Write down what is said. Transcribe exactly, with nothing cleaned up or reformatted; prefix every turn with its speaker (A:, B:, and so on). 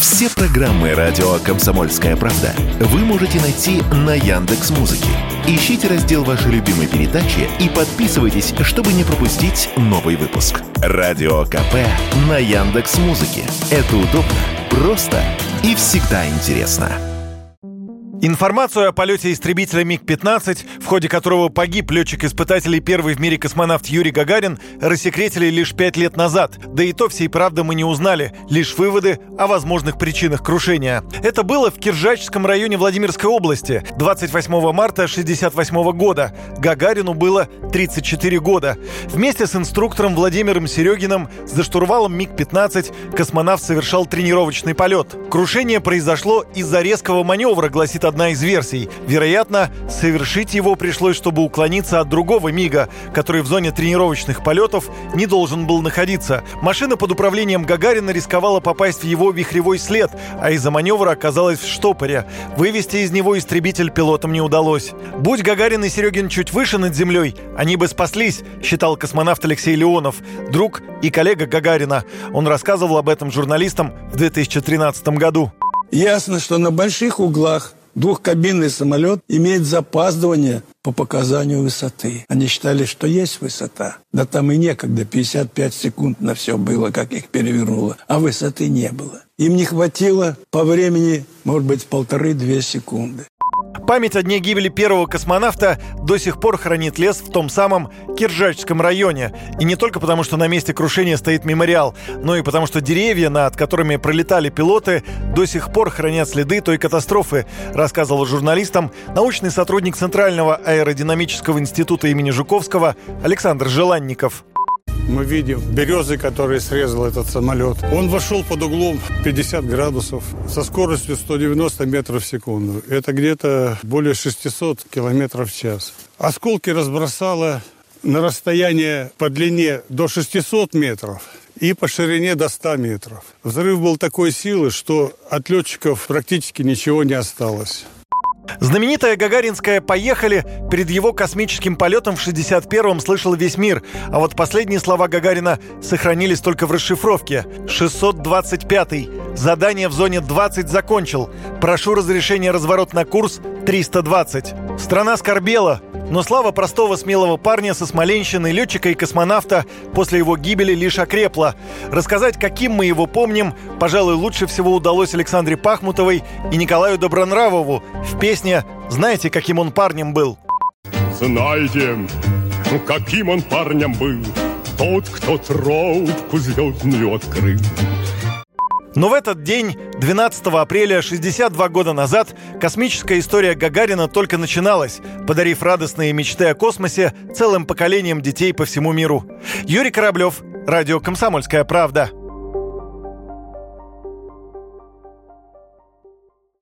A: Все программы радио «Комсомольская правда» вы можете найти на Яндекс.Музыке. Ищите раздел вашей любимой передачи и подписывайтесь, чтобы не пропустить новый выпуск. Радио КП на Яндекс.Музыке. Это удобно, просто и всегда интересно.
B: Информацию о полете истребителя миг пятнадцать, в ходе которого погиб летчик-испытатель и первый в мире космонавт Юрий Гагарин, рассекретили лишь пять лет назад. Да и то всей правды мы не узнали, лишь выводы о возможных причинах крушения. Это было в Киржачском районе Владимирской области двадцать восьмого марта шестьдесят восьмого года. Гагарину было тридцать четыре года. Вместе с инструктором Владимиром Серегиным за штурвалом миг пятнадцать космонавт совершал тренировочный полет. Крушение произошло из-за резкого маневра, гласит одна из версий. Вероятно, совершить его пришлось, чтобы уклониться от другого МИГа, который в зоне тренировочных полетов не должен был находиться. Машина под управлением Гагарина рисковала попасть в его вихревой след, а из-за маневра оказалась в штопоре. Вывести из него истребитель пилотам не удалось. Будь Гагарин и Серегин чуть выше над землей, они бы спаслись, считал космонавт Алексей Леонов, друг и коллега Гагарина. Он рассказывал об этом журналистам в две тысячи тринадцатом году.
C: Ясно, что на больших углах двухкабинный самолет имеет запаздывание по показанию высоты. Они считали, что есть высота. Да там и некогда, пятьдесят пять секунд на все было, как их перевернуло. А высоты не было. Им не хватило по времени, может быть, полторы-две секунды.
B: Память о дне гибели первого космонавта до сих пор хранит лес в том самом Киржачском районе. И не только потому, что на месте крушения стоит мемориал, но и потому, что деревья, над которыми пролетали пилоты, до сих пор хранят следы той катастрофы, рассказывал журналистам научный сотрудник Центрального аэродинамического института имени Жуковского Александр Желанников.
D: Мы видим березы, которые срезал этот самолет. Он вошел под углом пятьдесят градусов со скоростью сто девяносто метров в секунду. Это где-то более шестьсот километров в час. Осколки разбросало на расстояние по длине до шестисот метров и по ширине до ста метров. Взрыв был такой силы, что от летчиков практически ничего не осталось.
B: Знаменитая гагаринская «Поехали» перед его космическим полетом в шестьдесят первом слышал весь мир. А вот последние слова Гагарина сохранились только в расшифровке. шестьсот двадцать пятый. Задание в зоне двадцать закончил. Прошу разрешения разворот на курс триста двадцать. Страна скорбела, но слава простого смелого парня со Смоленщины, летчика и космонавта, после его гибели лишь окрепла. Рассказать, каким мы его помним, пожалуй, лучше всего удалось Александре Пахмутовой и Николаю Добронравову в песне «Знаете, каким он парнем был».
E: Знаете, каким он парнем был, тот, кто трубку звездную открыл.
B: Но в этот день, двенадцатого апреля шестьдесят два года назад, космическая история Гагарина только начиналась, подарив радостные мечты о космосе целым поколениям детей по всему миру. Юрий Кораблев, радио «Комсомольская правда».